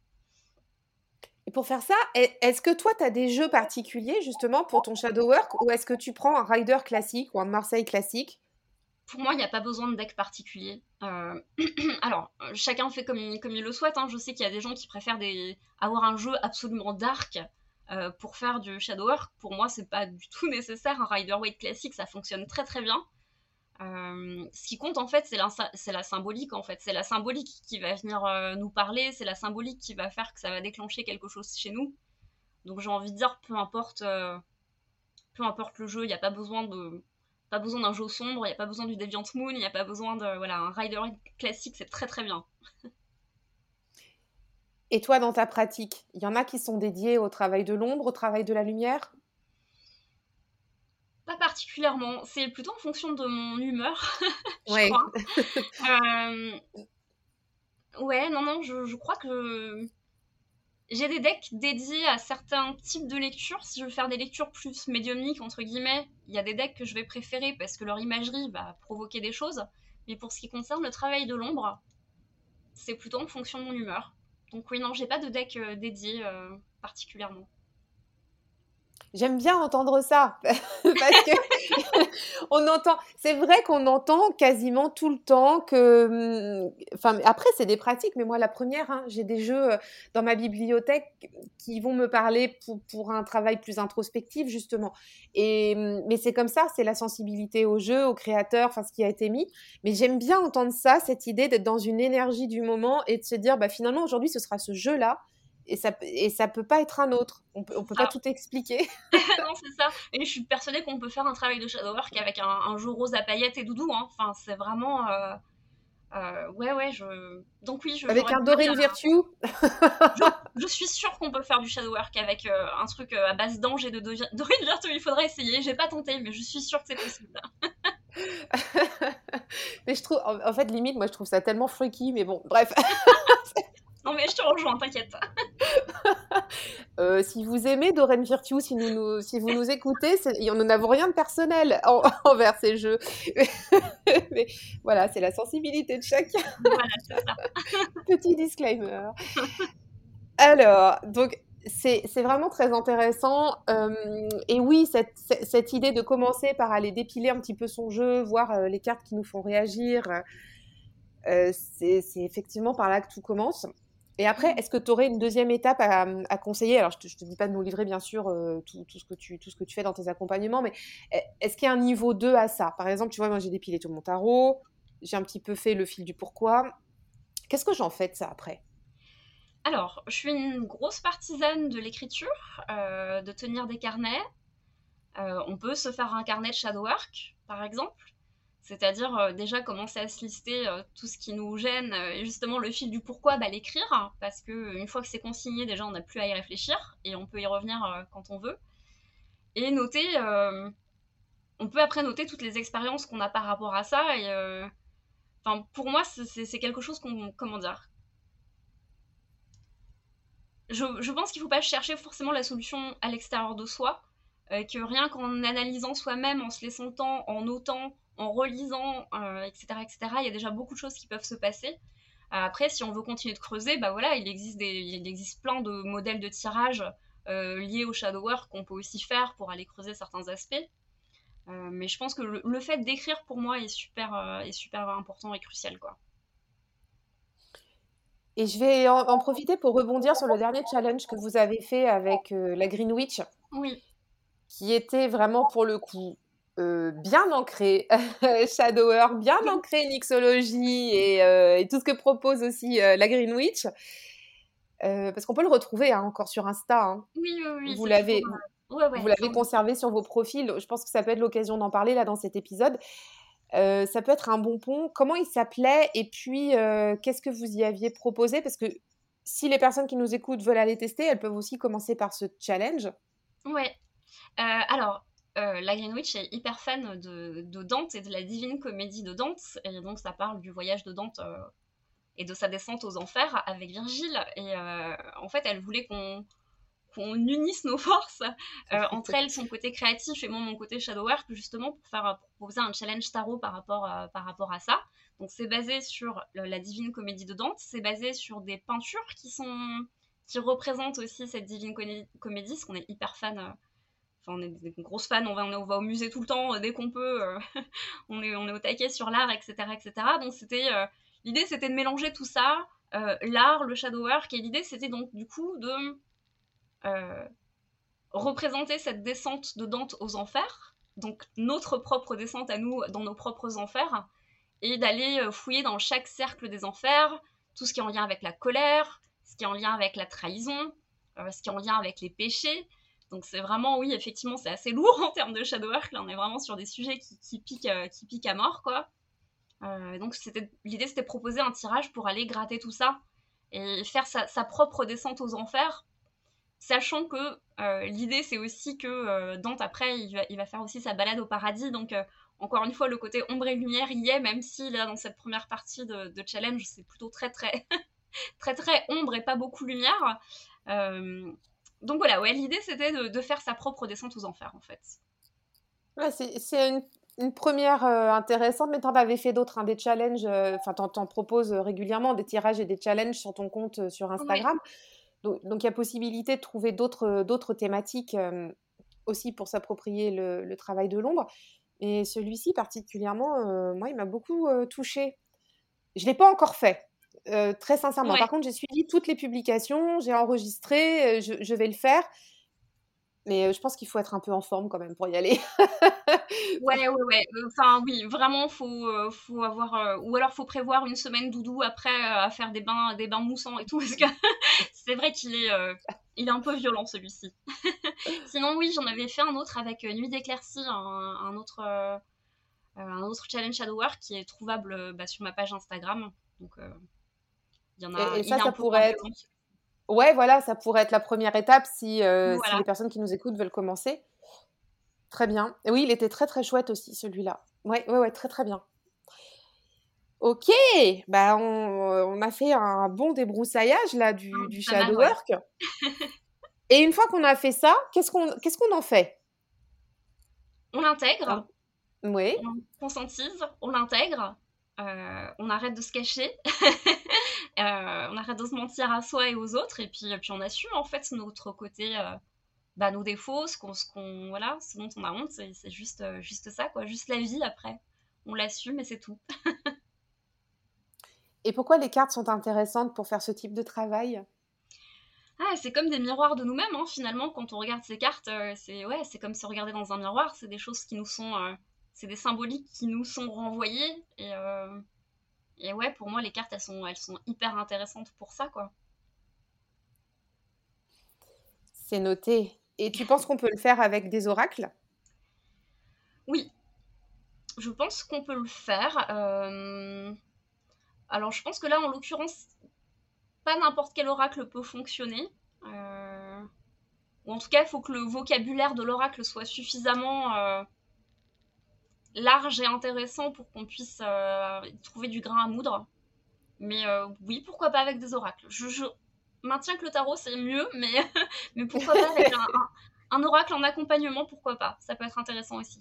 Et pour faire ça, est-ce que toi, tu as des jeux particuliers justement pour ton shadow work ou est-ce que tu prends un rider classique ou un Marseille classique? Pour moi, il n'y a pas besoin de deck particulier. Alors, chacun fait comme il le souhaite, hein. Je sais qu'il y a des gens qui préfèrent avoir un jeu absolument dark pour faire du shadow work. Pour moi, c'est pas du tout nécessaire. Un rider weight classique, ça fonctionne très très bien. Ce qui compte en fait, c'est la symbolique en fait. C'est la symbolique qui va venir nous parler, c'est la symbolique qui va faire que ça va déclencher quelque chose chez nous. Donc j'ai envie de dire, peu importe le jeu, il n'y a pas besoin d'un jeu sombre, il n'y a pas besoin du Deviant Moon, il n'y a pas besoin de... Voilà, un Rider classique, c'est très très bien. Et toi, dans ta pratique, il y en a qui sont dédiés au travail de l'ombre, au travail de la lumière? Pas particulièrement, c'est plutôt en fonction de mon humeur, je Ouais. crois. Euh, ouais, non, je crois que j'ai des decks dédiés à certains types de lectures. Si je veux faire des lectures plus médiumniques, entre guillemets, il y a des decks que je vais préférer parce que leur imagerie va provoquer des choses. Mais pour ce qui concerne le travail de l'ombre, c'est plutôt en fonction de mon humeur. Donc oui, non, j'ai pas de deck dédié particulièrement. J'aime bien entendre ça parce que on entend, c'est vrai qu'on entend quasiment tout le temps que, enfin, après c'est des pratiques, mais moi la première, hein, j'ai des jeux dans ma bibliothèque qui vont me parler pour un travail plus introspectif justement. Mais c'est comme ça, c'est la sensibilité au jeu, au créateur, enfin ce qui a été mis. Mais j'aime bien entendre ça, cette idée d'être dans une énergie du moment et de se dire, bah finalement aujourd'hui ce sera ce jeu-là. Et ça peut pas être un autre. On peut pas Ah, tout expliquer. non, c'est ça. Et je suis persuadée qu'on peut faire un travail de shadow work avec un jeu rose à paillettes et doudou, hein. Enfin, c'est vraiment... ouais, ouais, donc oui, Avec j'aurais un du mal Dorine à... Virtue. Je suis sûre qu'on peut faire du shadow work avec un truc à base d'ange et de Dorine Virtue. Il faudrait essayer. J'ai pas tenté, mais je suis sûre que c'est possible. Mais je trouve, en fait, limite, moi, je trouve ça tellement freaky, mais bon, bref. Non, mais je te rejoins, t'inquiète. Si vous aimez Doreen Virtue, si vous nous écoutez, nous n'avons rien de personnel envers ces jeux. Mais voilà, c'est la sensibilité de chacun. Voilà, c'est ça. Petit disclaimer. Alors, donc, c'est vraiment très intéressant. Et oui, cette idée de commencer par aller dépiler un petit peu son jeu, voir les cartes qui nous font réagir, c'est effectivement par là que tout commence. Et après, est-ce que tu aurais une deuxième étape à conseiller? Alors, je te dis pas de nous livrer, bien sûr, tout ce que tu fais dans tes accompagnements, mais est-ce qu'il y a un niveau 2 à ça? Par exemple, tu vois, moi, j'ai dépilé tout mon tarot, j'ai un petit peu fait le fil du pourquoi. Qu'est-ce que j'en fais de ça après? Alors, je suis une grosse partisane de l'écriture, de tenir des carnets. On peut se faire un carnet de shadow work, par exemple. C'est-à-dire déjà commencer à se lister tout ce qui nous gêne et justement le fil du pourquoi, l'écrire, hein, parce qu'une fois que c'est consigné, déjà on n'a plus à y réfléchir et on peut y revenir quand on veut. Et noter, on peut après noter toutes les expériences qu'on a par rapport à ça. Et pour moi, c'est quelque chose qu'on, comment dire, je pense qu'il ne faut pas chercher forcément la solution à l'extérieur de soi, que rien qu'en analysant soi-même, en se laissant le temps, en notant, en relisant, etc., etc., il y a déjà beaucoup de choses qui peuvent se passer. Après, si on veut continuer de creuser, voilà, il existe plein de modèles de tirage liés au shadow work qu'on peut aussi faire pour aller creuser certains aspects. Mais je pense que le fait d'écrire pour moi est super important et crucial, quoi. Et je vais en profiter pour rebondir sur le dernier challenge que vous avez fait avec la Green Witch, Oui, qui était vraiment pour le coup bien ancré Shadower, bien ancré Mixologie et tout ce que propose aussi la Green Witch. Parce qu'on peut le retrouver encore sur Insta. Hein. oui, oui, oui, Vous c'est toujours. l'avez, Ouais, vous ouais, l'avez conservé sur vos profils. Je pense que ça peut être l'occasion d'en parler là dans cet épisode. Ça peut être un bon pont. Comment il s'appelait et puis qu'est-ce que vous y aviez proposé? Parce que si les personnes qui nous écoutent veulent aller tester, elles peuvent aussi commencer par ce challenge. ouais. Alors, la Green Witch est hyper fan de Dante et de la divine comédie de Dante, et donc ça parle du voyage de Dante et de sa descente aux enfers avec Virgile. Et en fait, elle voulait qu'on unisse nos forces, entre elle, son côté créatif, et moi, mon côté shadow work, justement, pour proposer un challenge tarot par rapport à ça. Donc, c'est basé sur la divine comédie de Dante, c'est basé sur des peintures qui représentent aussi cette divine comédie, parce qu'on est hyper fan. Enfin, on est des grosses fans, on va au musée tout le temps, dès qu'on peut, on est au taquet sur l'art, etc., etc. Donc l'idée c'était de mélanger tout ça, l'art, le shadow work, et l'idée c'était donc du coup de euh, représenter cette descente de Dante aux enfers, donc notre propre descente à nous dans nos propres enfers, et d'aller fouiller dans chaque cercle des enfers, tout ce qui est en lien avec la colère, ce qui est en lien avec la trahison, ce qui est en lien avec les péchés. Donc c'est vraiment, oui, effectivement, c'est assez lourd en termes de shadow work. Là, on est vraiment sur des sujets qui piquent à mort, quoi. Donc l'idée, c'était de proposer un tirage pour aller gratter tout ça et faire sa propre descente aux enfers, sachant que l'idée c'est aussi que Dante après il va faire aussi sa balade au paradis, donc encore une fois le côté ombre et lumière y est, même si là dans cette première partie de challenge c'est plutôt très très très très ombre et pas beaucoup lumière. Euh, donc voilà, ouais, l'idée c'était de faire sa propre descente aux enfers en fait. Ouais, c'est une première intéressante, mais tu en avais fait d'autres, hein, des challenges. Enfin, t'en proposes régulièrement des tirages et des challenges sur ton compte sur Ouais, Instagram. Donc, il y a possibilité de trouver d'autres thématiques aussi pour s'approprier le travail de l'ombre. Et celui-ci particulièrement, moi, il m'a beaucoup touchée. Je ne l'ai pas encore fait, très sincèrement. Par ouais. contre, j'ai suivi toutes les publications, j'ai enregistré, je vais le faire. Mais je pense qu'il faut être un peu en forme quand même pour y aller. Ouais, ouais, ouais. Enfin, oui, vraiment, faut avoir. Ou alors, faut prévoir une semaine doudou après à faire des bains moussants et tout, parce que c'est vrai il est un peu violent celui-ci. Sinon, oui, j'en avais fait un autre avec Nuit d'éclaircie, un autre challenge shadow work qui est trouvable sur ma page Instagram. Donc, Et il ça, est un ça peu moins pourrait être violent. ouais, voilà, ça pourrait être la première étape si Voilà. les personnes qui nous écoutent veulent commencer. Très bien. Et oui, il était très, très chouette aussi celui-là. Ouais, ouais, ouais, très, très bien. OK, bah, on a fait un bon débroussaillage là du Pas mal, shadow ouais. work. Et une fois qu'on a fait ça, qu'est-ce qu'on en fait? On l'intègre, Hein? Oui. on conscientise, on l'intègre, on arrête de se cacher, on arrête de se mentir à soi et aux autres, et puis on assume en fait notre côté, nos défauts, voilà, ce dont on a honte, c'est juste ça, quoi, juste la vie après. On l'assume et c'est tout. Et pourquoi les cartes sont intéressantes pour faire ce type de travail? Ah, c'est comme des miroirs de nous-mêmes, hein, finalement, quand on regarde ces cartes, c'est comme se regarder dans un miroir, c'est des choses qui nous sont, c'est des symboliques qui nous sont renvoyées, et ouais, pour moi, les cartes, elles sont hyper intéressantes pour ça, quoi. C'est noté. Et tu penses qu'on peut le faire avec des oracles? Oui, je pense qu'on peut le faire. Alors, je pense que là, en l'occurrence, pas n'importe quel oracle peut fonctionner. Ou en tout cas, il faut que le vocabulaire de l'oracle soit suffisamment large et intéressant pour qu'on puisse trouver du grain à moudre. Mais oui, pourquoi pas avec des oracles. Je maintiens que le tarot, c'est mieux, mais, mais pourquoi pas avec un oracle en accompagnement, pourquoi pas. Ça peut être intéressant aussi.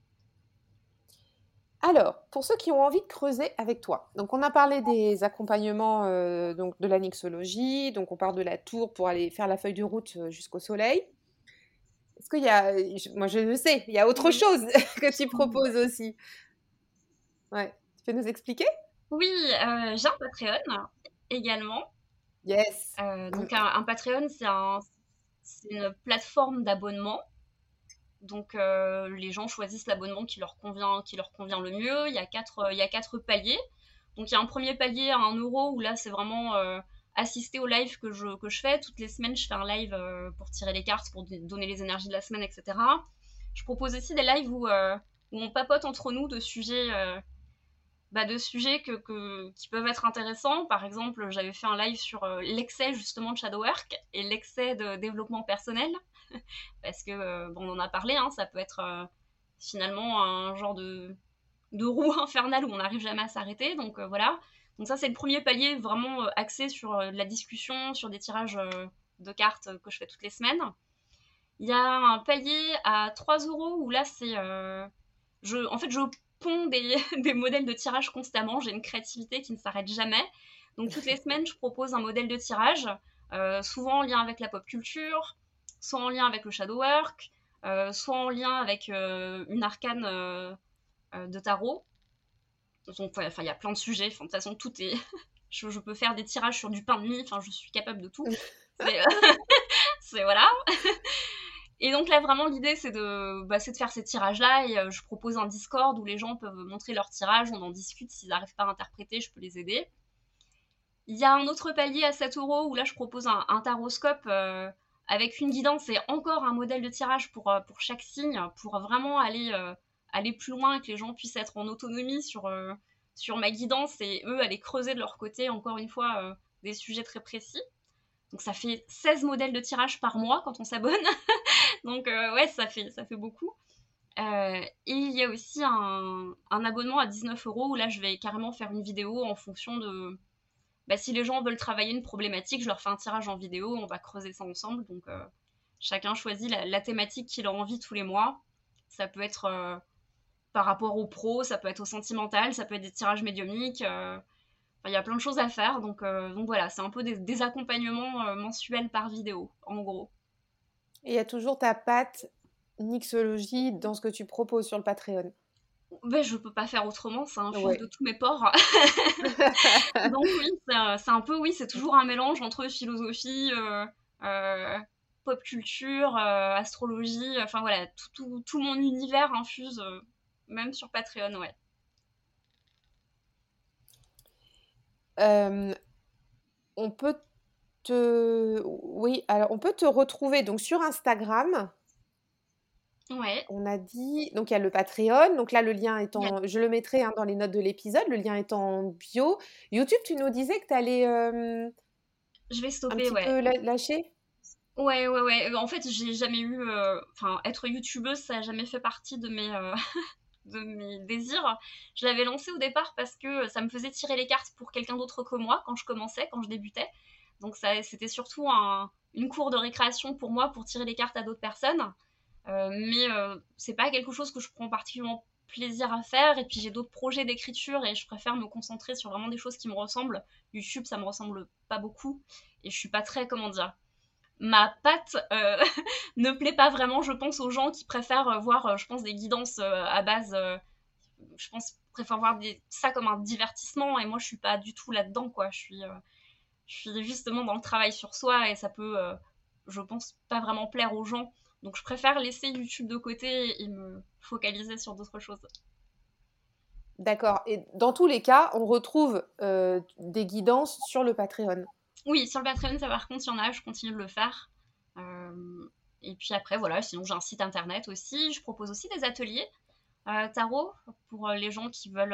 Alors, pour ceux qui ont envie de creuser avec toi, donc on a parlé des accompagnements donc de la mixologie, donc on part de la tour pour aller faire la feuille de route jusqu'au soleil. Est-ce qu'il y a, moi je le sais, il y a autre Oui. chose que tu proposes aussi. Ouais, tu peux nous expliquer? Oui, j'ai un Patreon également. Yes. Donc un Patreon, c'est une plateforme d'abonnement. Donc les gens choisissent l'abonnement qui leur convient le mieux. Il y a quatre paliers. Donc il y a un premier palier à 1 € où là c'est vraiment assister au live que je fais. Toutes les semaines je fais un live pour tirer les cartes, pour donner les énergies de la semaine, etc. Je propose aussi des lives où on papote entre nous de sujets qui peuvent être intéressants. Par exemple, j'avais fait un live sur l'excès justement de Shadowwork et l'excès de développement personnel. Parce que, bon, on en a parlé, hein, ça peut être finalement un genre de roue infernale où on n'arrive jamais à s'arrêter. Donc voilà. Donc ça, c'est le premier palier vraiment axé sur la discussion, sur des tirages de cartes que je fais toutes les semaines. Il y a un palier à 3 € où là, en fait, je ponds des modèles de tirage constamment. J'ai une créativité qui ne s'arrête jamais. Donc toutes les semaines, je propose un modèle de tirage, souvent en lien avec la pop culture, soit en lien avec le shadow work, soit en lien avec une arcane de tarot. Donc, ouais, enfin, il y a plein de sujets. Enfin, de toute façon, tout est. Je peux faire des tirages sur du pain de mie. Enfin, je suis capable de tout. C'est, c'est voilà. Et donc là, vraiment, l'idée, c'est de faire ces tirages-là. Et je propose un Discord où les gens peuvent montrer leurs tirages. On en discute. S'ils n'arrivent pas à interpréter, je peux les aider. Il y a un autre palier à 7 € où là, je propose un taroscope avec une guidance et encore un modèle de tirage pour chaque signe, pour vraiment aller plus loin et que les gens puissent être en autonomie sur ma guidance et eux aller creuser de leur côté, encore une fois, des sujets très précis. Donc ça fait 16 modèles de tirage par mois quand on s'abonne. Donc ouais, ça fait beaucoup. Et il y a aussi un abonnement à 19 € où là, je vais carrément faire une vidéo en fonction de si les gens veulent travailler une problématique, je leur fais un tirage en vidéo, on va creuser ça ensemble. Donc chacun choisit la thématique qu'il a envie tous les mois. Ça peut être par rapport au pro, ça peut être au sentimental, ça peut être des tirages médiumniques. Il y a plein de choses à faire. Donc voilà, c'est un peu des accompagnements mensuels par vidéo, en gros. Et il y a toujours ta patte mixologie dans ce que tu proposes sur le Patreon. Ben, je peux pas faire autrement, ça infuse de Ouais. tous mes pores. Donc oui, c'est un peu, oui, c'est toujours un mélange entre philosophie, euh, pop culture, astrologie, enfin voilà, tout mon univers infuse, même sur Patreon, ouais. Euh, on peut oui, alors on peut te retrouver donc sur Instagram. Ouais, On a dit, donc il y a le Patreon, donc là le lien est il y a- je le mettrai hein, dans les notes de l'épisode, le lien est en bio. YouTube, tu nous disais que tu allais je vais un stopper, petit ouais. peu lâcher? Ouais, ouais, ouais. En fait, j'ai jamais eu. Enfin, être youtubeuse, ça a jamais fait partie de mes désirs. Je l'avais lancé au départ parce que ça me faisait tirer les cartes pour quelqu'un d'autre que moi quand je commençais, quand je débutais. Donc c'était surtout une cour de récréation pour moi pour tirer les cartes à d'autres personnes. Mais c'est pas quelque chose que je prends particulièrement plaisir à faire. Et puis j'ai d'autres projets d'écriture et je préfère me concentrer sur vraiment des choses qui me ressemblent. YouTube, ça me ressemble pas beaucoup. Et je suis pas très, comment dire, ma patte ne plaît pas vraiment, je pense, aux gens qui préfèrent voir, je pense, des guidances à base, je pense, préfèrent voir ça comme un divertissement, et moi, je suis pas du tout là-dedans, quoi. Je suis justement dans le travail sur soi, et ça peut, je pense, pas vraiment plaire aux gens. Donc, je préfère laisser YouTube de côté et me focaliser sur d'autres choses. D'accord. Et dans tous les cas, on retrouve des guidances sur le Patreon. Oui, sur le Patreon, ça par contre, il y en a, je continue de le faire. Et puis après, voilà, sinon j'ai un site internet aussi. Je propose aussi des ateliers. tarot pour les gens qui veulent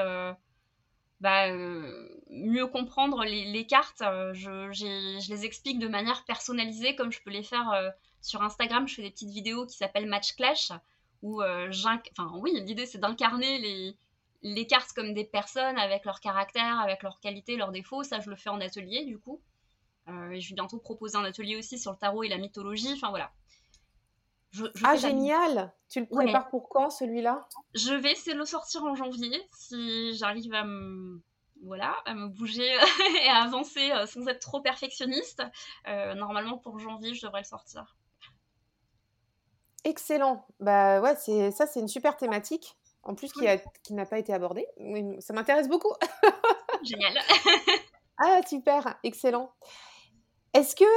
mieux comprendre les cartes. Je les explique de manière personnalisée, comme je peux les faire sur Instagram. Je fais des petites vidéos qui s'appellent Match Clash, où l'idée c'est d'incarner les cartes comme des personnes avec leur caractère, avec leurs qualités, leurs défauts. Ça, je le fais en atelier, du coup. Et je vais bientôt proposer un atelier aussi sur le tarot et la mythologie. Enfin, voilà. Je Ah, fais pas. génial! Tu le Ouais, prépares pour quand, celui-là? je vais essayer de le sortir en janvier, si j'arrive à me bouger et à avancer sans être trop perfectionniste. Normalement, pour janvier, je devrais le sortir. Excellent. Bah ouais, c'est une super thématique. En plus, Cool, qui n'a pas été abordée. Oui, ça m'intéresse beaucoup. génial. Ah, super, excellent. Est-ce que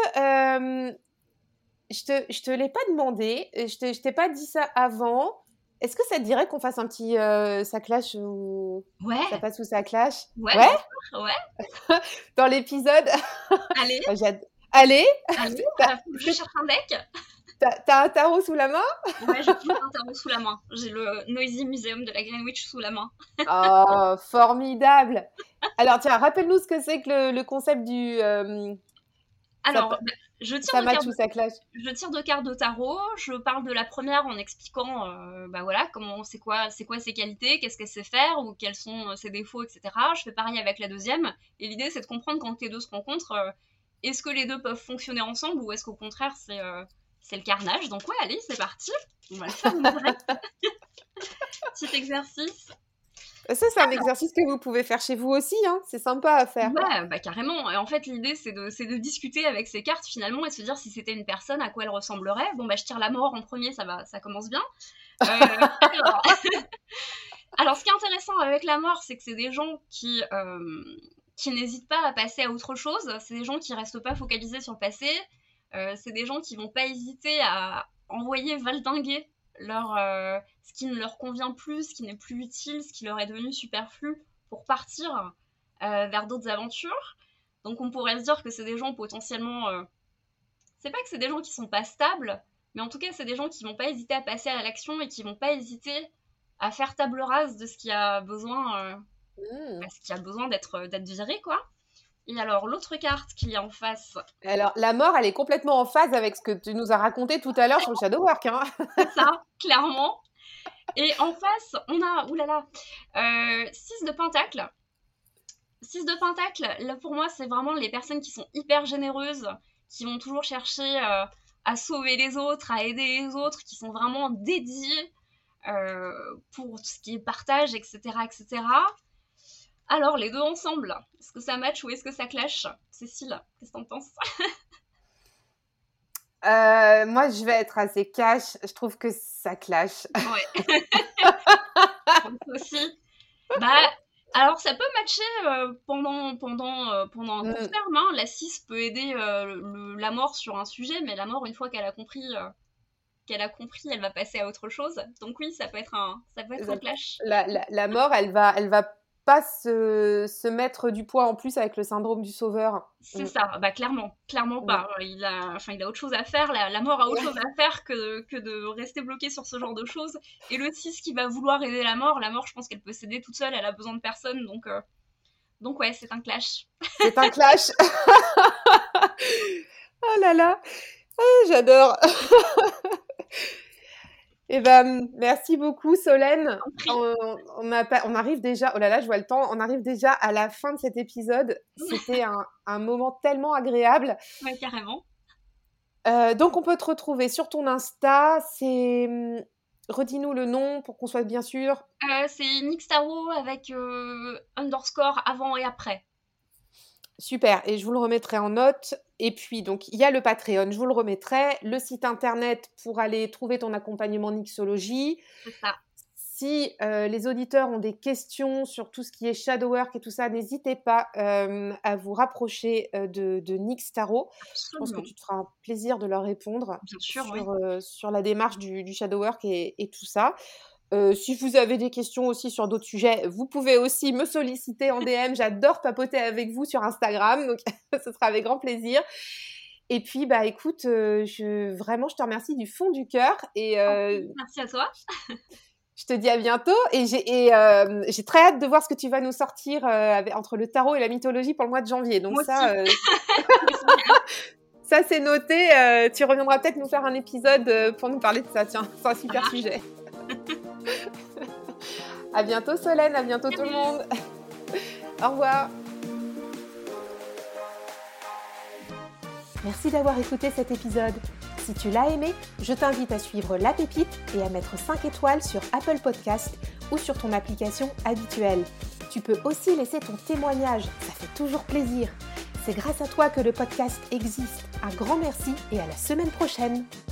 je te l'ai pas demandé, je t'ai pas dit ça avant. Est-ce que ça te dirait qu'on fasse un petit ça clash ou ça Ouais, passe ou ça clash? ouais, Ouais, bien sûr, ouais. dans l'épisode. Allez, Ah, allez, allez, faut que est-ce je que cherche un deck. t'as un tarot sous la main? Ouais, j'ai toujours un tarot sous la main. J'ai le Noisy Museum de la Greenwich sous la main. Oh, formidable. Alors tiens, rappelle-nous ce que c'est que le concept du ça, Alors, je tire ça deux match cartes ou ça clash. Je tire 2 cartes de tarot, je parle de la première en expliquant, voilà, comment c'est quoi ses qualités, qu'est-ce qu'elle sait faire ou quels sont, ses défauts et cetera. Je fais pareil avec la deuxième et l'idée, c'est de comprendre quand les 2 se rencontrent, est-ce que les 2 peuvent fonctionner ensemble ou est-ce qu'au contraire c'est le carnage? Donc ouais, allez, c'est parti, on va le faire en direct. Petit exercice. Ça, c'est un exercice que vous pouvez faire chez vous aussi, hein. C'est sympa à faire. Ouais, bah carrément. Et en fait, l'idée, c'est de discuter avec ces cartes finalement et de se dire si c'était une personne, à quoi elle ressemblerait. Bon, bah je tire la mort en premier, ça commence bien. Alors, alors, ce qui est intéressant avec la mort, c'est que c'est des gens qui n'hésitent pas à passer à autre chose. C'est des gens qui restent pas focalisés sur le passé. C'est des gens qui vont pas hésiter à envoyer valdinguer ce qui ne leur convient plus, ce qui n'est plus utile, ce qui leur est devenu superflu pour partir vers d'autres aventures. Donc on pourrait se dire que c'est des gens potentiellement... c'est pas que c'est des gens qui sont pas stables, mais en tout cas c'est des gens qui vont pas hésiter à passer à l'action et qui vont pas hésiter à faire table rase de Mmh. ce qui a besoin d'être viré, quoi. Et alors l'autre carte qu'il y a en face, Alors, la mort, elle est complètement en phase avec ce que tu nous as raconté tout à l'heure sur le shadow work, hein. c'est ça, clairement. Et en face, on a, oulala, 6 de pentacle. 6 de pentacle, là pour moi, c'est vraiment les personnes qui sont hyper généreuses, qui vont toujours chercher à sauver les autres, à aider les autres, qui sont vraiment dédiées pour tout ce qui est partage, etc., etc. Alors, les deux ensemble, est-ce que ça match ou est-ce que ça clash? Cécile, qu'est-ce que t'en penses? Moi, je vais être assez cash. Je trouve que ça clash. Ouais, aussi. Bah, alors ça peut matcher pendant un court Mmh. terme, hein. La 6 peut aider la mort sur un sujet, mais la mort, une fois qu'elle a compris, elle va passer à autre chose. Donc oui, ça peut être un clash. La mort, elle va pas se mettre du poids en plus avec le syndrome du sauveur. C'est Mmh. ça, bah clairement, clairement Mmh. pas. Il a autre chose à faire, la mort a autre chose à faire que de rester bloqué sur ce genre de choses. Et le 6 qui va vouloir aider la mort, je pense qu'elle peut s'aider toute seule, elle a besoin de personne, donc ouais, c'est un clash. C'est un clash. Oh là là, ah, j'adore. Eh ben, merci beaucoup, Solène. Compris. On arrive déjà, oh là là, je vois le temps, on arrive déjà à la fin de cet épisode. C'était un moment tellement agréable. Ouais, carrément. Donc, on peut te retrouver sur ton Insta. Redis-nous le nom pour qu'on soit bien sûr. C'est Nixtaro avec underscore avant et après. Super, et je vous le remettrai en note. Et puis, donc, il y a le Patreon, je vous le remettrai. Le site internet pour aller trouver ton accompagnement Nixologie. C'est ça, Si les auditeurs ont des questions sur tout ce qui est shadow work et tout ça, n'hésitez pas à vous rapprocher de Nix Tarot. Je pense que absolument. tu te feras un plaisir de leur répondre Bien sûr, oui. sur la démarche du shadow work et tout ça. Si vous avez des questions aussi sur d'autres sujets, vous pouvez aussi me solliciter en DM. J'adore papoter avec vous sur Instagram, donc ce sera avec grand plaisir. Et puis, bah écoute, vraiment, je te remercie du fond du cœur. Et Merci à toi. Je te dis à bientôt et j'ai très hâte de voir ce que tu vas nous sortir entre le tarot et la mythologie pour le mois de janvier. Donc Moi ça, aussi. ça c'est noté. Tu reviendras peut-être nous faire un épisode pour nous parler de ça. Tiens, c'est un super sujet. À bientôt Solène, à bientôt tout le monde. Au revoir. Merci d'avoir écouté cet épisode. Si tu l'as aimé, je t'invite à suivre La Pépite et à mettre 5 étoiles sur Apple Podcast ou sur ton application habituelle. Tu peux aussi laisser ton témoignage, ça fait toujours plaisir. C'est grâce à toi que le podcast existe. Un grand merci et à la semaine prochaine.